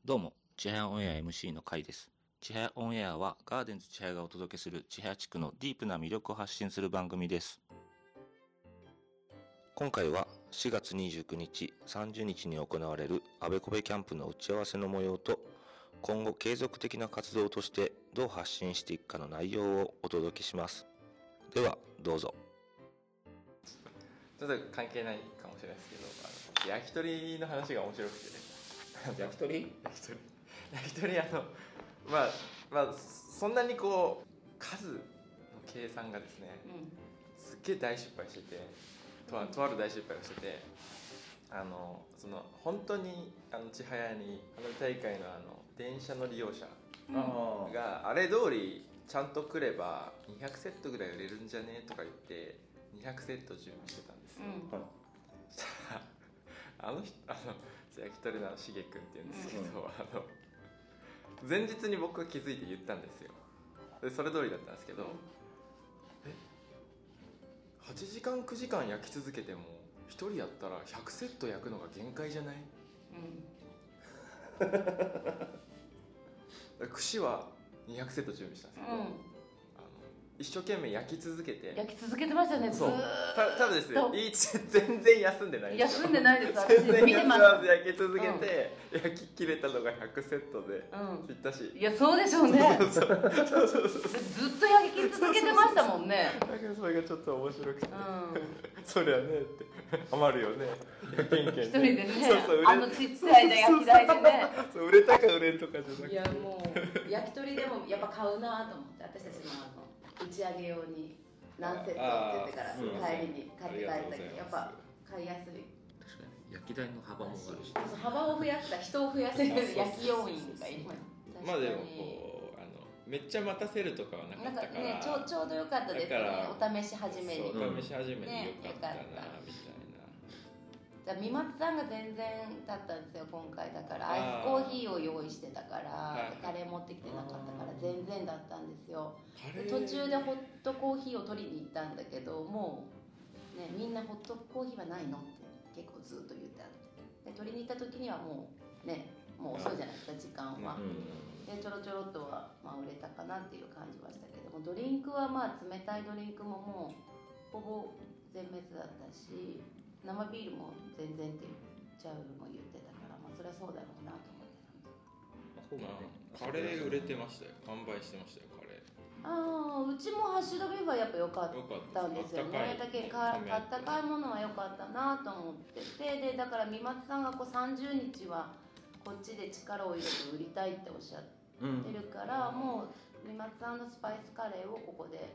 どうも、ちはやオンエア MC のカイです。ちはやオンエアはガーデンズちはやがお届けするちはや地区のディープな魅力を発信する番組です。今回は4月29日、30日に行われるあべこべキャンプの打ち合わせの模様と、今後継続的な活動としてどう発信していくかの内容をお届けします。ではどうぞ。 ちょっと関係ないかもしれないですけど、焼き鳥の話が面白くて焼き鳥まあそんなにこう数の計算がですね、すっげえ大失敗してて、とある大失敗をしてて、その本当に千早に大会の電車の利用者があれ通りちゃんと来れば200セットぐらい売れるんじゃねとか言って200セット準備してたんですよ。そしたら焼き鳥のしげくんっていうんですけど、前日に僕が気づいて言ったんですよ。でそれ通りだったんですけど、8時間9時間焼き続けても1人やったら100セット焼くのが限界じゃない？串は200セット準備したんですけど、一生懸命焼き続けてましたね。 そう多分ですよ、全然休んでないんですよ。 休んでないです。 全然休まず焼き続けて、焼き切れたのが100セットでぴったし、 いやそうでしょうね。ずっと焼き続けてましたもんね。 だからそれがちょっと面白くて、そりゃねって余るよね、 一人でね、ちっちゃい焼き台でね、 売れたか売れんとかじゃなくて、 いやもう焼き鳥でもやっぱ買うなと思って、私たちの打ち上げ用に何セットって言ってから帰りに買って帰ったけど、やっぱ買いやすい。 確かに焼き台の幅もあるし、 幅を増やした人を増やせる焼き要員がいります。 まあでもこうめっちゃ待たせるとかはなかったから、 ね、ちょうどよかったですね。お試し始めにお試し始めによかったなみたいな。 三松さんが全然だったんですよ今回。だからアイスコーヒーを用意してたから、カレー持ってきてなかったから全然だったんですよ。途中でホットコーヒーを取りに行ったんだけど、もう、ね、みんなホットコーヒーはないのって結構ずっと言ってあって、で取りに行った時にはもうね、もう遅いじゃないですか時間は。でちょろちょろっとは、売れたかなっていう感じはしたけども、ドリンクは冷たいドリンクももうほぼ全滅だったし、生ビールも全然ってチャウも言ってたから、そりゃそうだろうなと思ってた。カレー売れてましたよ、完売してましたよカレー。 うちもハッシュドビーフはやっぱ良かったんですよね。だけあったかいものは良かったなと思ってて、でだから三松さんが30日はこっちで力を入れて売りたいっておっしゃってるから、もう三松さんのスパイスカレーをここで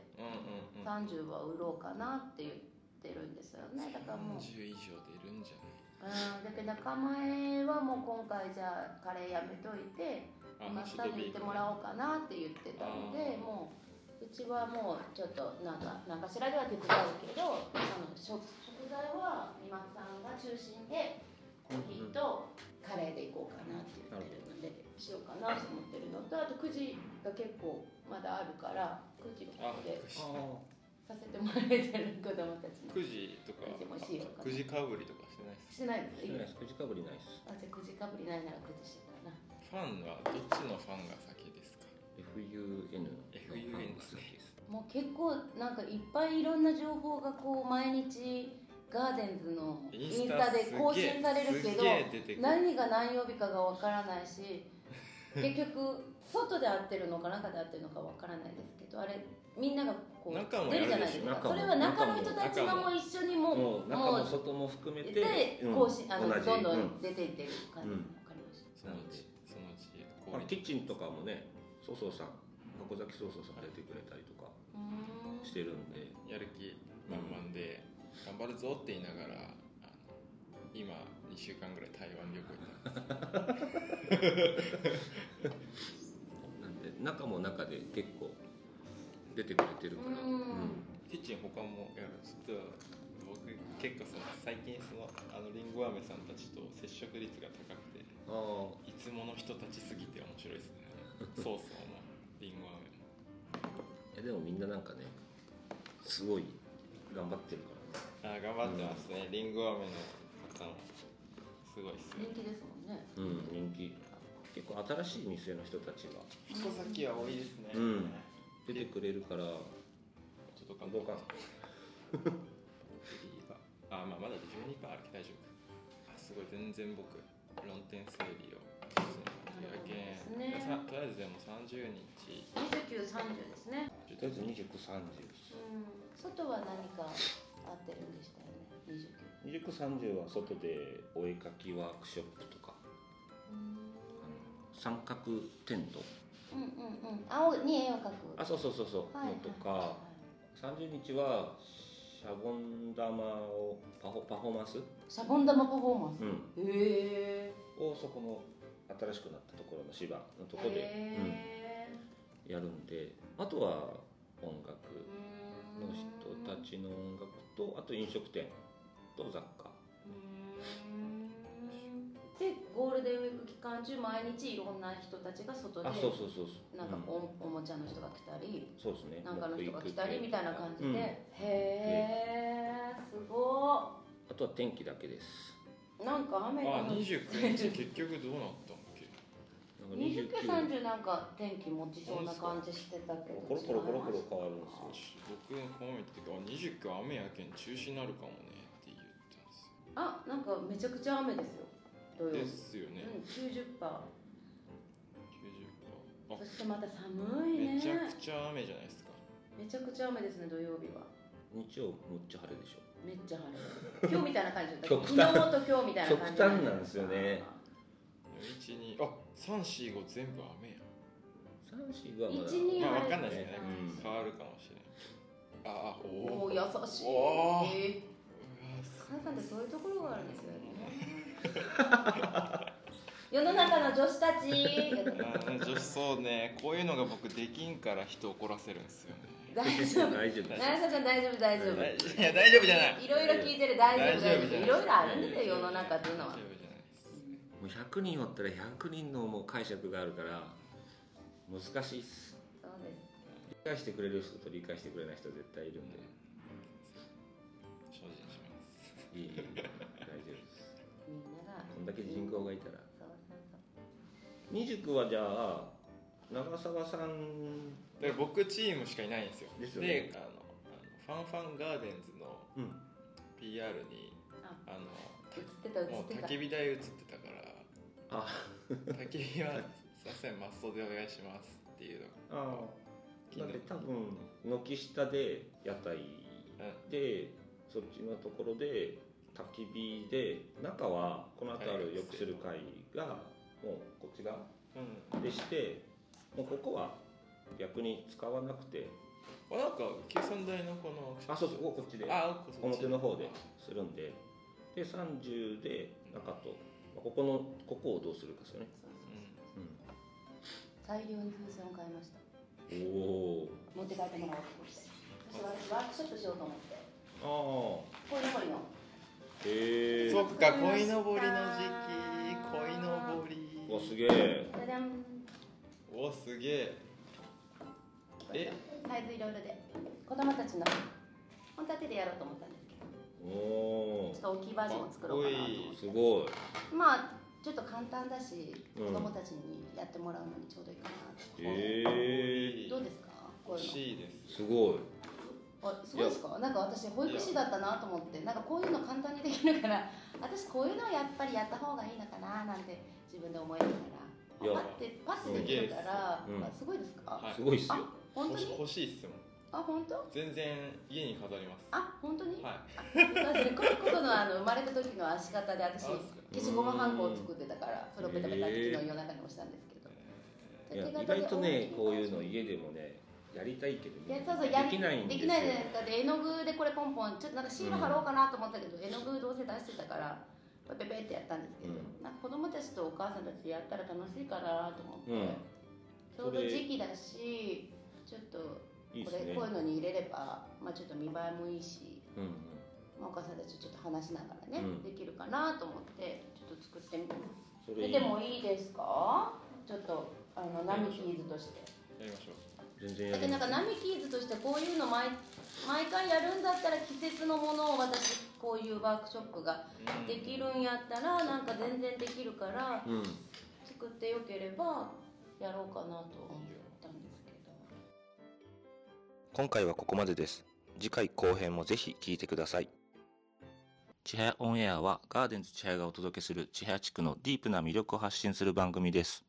30は売ろうかなって言ってるんですよね。だからもう 30以上出るんじゃない？ だけど仲間はもう今回じゃあカレーやめといて三松さんに行ってもらおうかなって言ってたので、もううちはもうちょっとなんかしらでは手伝うけど、食材は三松さんが中心でコーヒーとカレーで行こうかなって言ってるので、しようかなと思ってるのと、あと9時が結構まだあるから9時ここでさせてもらえてる子供たちも。 9時とか9時かぶりとかしてないです？ してないです。 9時かぶりないです。 じゃあ9時かぶりないなら9時しようかな。 ファンはどっちのファンが先ですか ？FUN のファンがですね。 もう結構なんかいっぱいいろんな情報がこう毎日ガーデンズのインスタで更新されるけど、何が何曜日かがわからないし、結局外で会ってるのか中で会ってるのかわからないですけど、あれみんながこう出るじゃないですか。それは中の人たちがもう一緒にもう中も外も含めて更新どんどん出ていってる感じも分かりました。 そのうちキッチンとかもね、曹操さん、箱崎曹操さん出てくれたりとかしてるんで、 やる気満々で頑張るぞって言いながら、今2週間ぐらい台湾旅行行ったんですなんで中も中で結構出てくれてるから、 キッチン他もやるんですけど、僕結構最近リンゴ飴さんたちと接触率が高くて、いつもの人たちすぎて面白いですね。ソースもリンゴ飴も。 いやでもみんななんかね、すごい頑張ってるからね。 頑張ってますね。リンゴ飴の方もすごいっすね。 人気ですもんね。 人気。結新しい店の人たちが人先は多いですね、 出てくれるから。 ちょっとどうかまだ12%あるけど大丈夫。すごい、全然僕論点整理を進めて、とりあえずでも30日 29、30ですね。 とりあえず29、30。 外は何か合ってるんでしたよね。 29、30は外でお絵描きワークショップとか、三角テント、 青に絵を描く。 そうのとか、30日はシャボン玉をパフォーマンス、 シャボン玉パフォーマンス、 をそこの新しくなったところの芝のところで、やるんで、あとは音楽の人たちの音楽と、あと飲食店と雑貨で、ゴールデンウィーク期間中毎日いろんな人たちが外で、なんかおもちゃの人が来たり、 そうですね、 なんかの人が来たりみたいな感じで、へえ、すごい。 あとは天気だけです。 なんか雨が 29日結局どうなったっけ。 29、30なんか天気持ちそうな感じしてたけど、 コロコロ変わるんですよ。 僕の顔見てて29雨やけん中止になるかもねって言ったんですよ。 なんかめちゃくちゃ雨ですよ。 ですよね。 90%。 90%。 そしてまた寒いね。 めちゃくちゃ雨じゃないですか。 めちゃくちゃ雨ですね、土曜日は。 日曜むっちゃ晴れでしょ。 めっちゃ晴れ。今日みたいな感じだった。昨日と今日みたいな感じ。 極端なんですよね。 1、2、3、4、5全部雨や。 3、4はまだ。 1、2 わかんないですね。変わるかもしれない。 おお、優しい。母さんってそういうところがあるんですよね。世の中の女子たち。 女子、そうね、こういうのが僕できんから人を怒らせるんですよね。 大丈夫。大丈夫。大丈夫。 いや、大丈夫じゃない。 いろいろ聞いてる、大丈夫。いろいろあるんですよ、世の中っていうのは。 大丈夫じゃないです。 もう100人おったら100人のもう解釈があるから難しいっす。 そうです。 理解してくれる人と理解してくれない人絶対いるんで。 精進します。 いい、大丈夫です。 みんながこんだけ人口がいたら。 そう。 29はじゃあ長澤さんで僕チームしかいないんですよ。 ですよね。 で、ファンファンガーデンズの PR に、 映ってた。 もう焚き火台映ってたから、焚き火はすいません、マストでお願いしますっていうのが。 だって多分軒下で屋台で、そっちのところで焚き火で、中はこの後あるよくする会がもうこっち側でして、もうここは逆に使わなくて、 なんか計算台のこのそうこっちで表の方でするんで、で30で中と、ここをどうするかですよね。 大量に風船を買いました。 持って帰ってもらおうと思って。私ワークショップしようと思って。 こいのぼりの。 そっか、鯉のぼりの時期、鯉のぼり。 すげえ。 すげえ。 サイズいろいろで子供たちの本当は手でやろうと思ったんですけど、ちょっと大きいバージョンを作ろうかなと思って。 すごい。 ちょっと簡単だし、子供たちにやってもらうのにちょうどいいかなと。どうですか？ 欲しいです。 すごい。 すごいですか？なんか私保育士だったなと思って、なんかこういうの簡単にできるから、私こういうのはやっぱりやった方がいいのかななんて自分で思いながら、パッてできるから、すごいですか？ すごいっすよ。 本当に？ 欲しいっすもん。 本当？ 全然家に飾ります。 本当に？ はい。 この子の生まれた時の足型で私消しゴムはんこを作ってたから、それをペタペタって昨日夜中に押したんですけど。 意外とね、こういうの家でもねやりたいけどね、できないんですよ。 できないじゃないですか。で絵の具でこれポンポンちょっとなんかシール貼ろうかなと思ったけど、絵の具どうせ出してたからペペってやったんですけど、なんか子供たちとお母さんたちやったら楽しいかなと思って、ちょうど時期だし、ちょっとこういうのに入れれば、ちょっと見栄えもいいし、お母さんたちとちょっと話しながらね、できるかなと思ってちょっと作ってみて。でもいいですか？ちょっとナミキーズとしてやりましょう。 全然やりましょう。 なんかナミキーズとしてこういうの毎回やるんだったら、季節のものを私こういうワークショップができるんやったらなんか全然できるから、ちょっくってよければやろうかなと思ったんですけど。 今回はここまでです。次回後編もぜひ聞いてください。ちはやオンエアはガーデンズちはやがお届けする千早地区のディープな魅力を発信する番組です。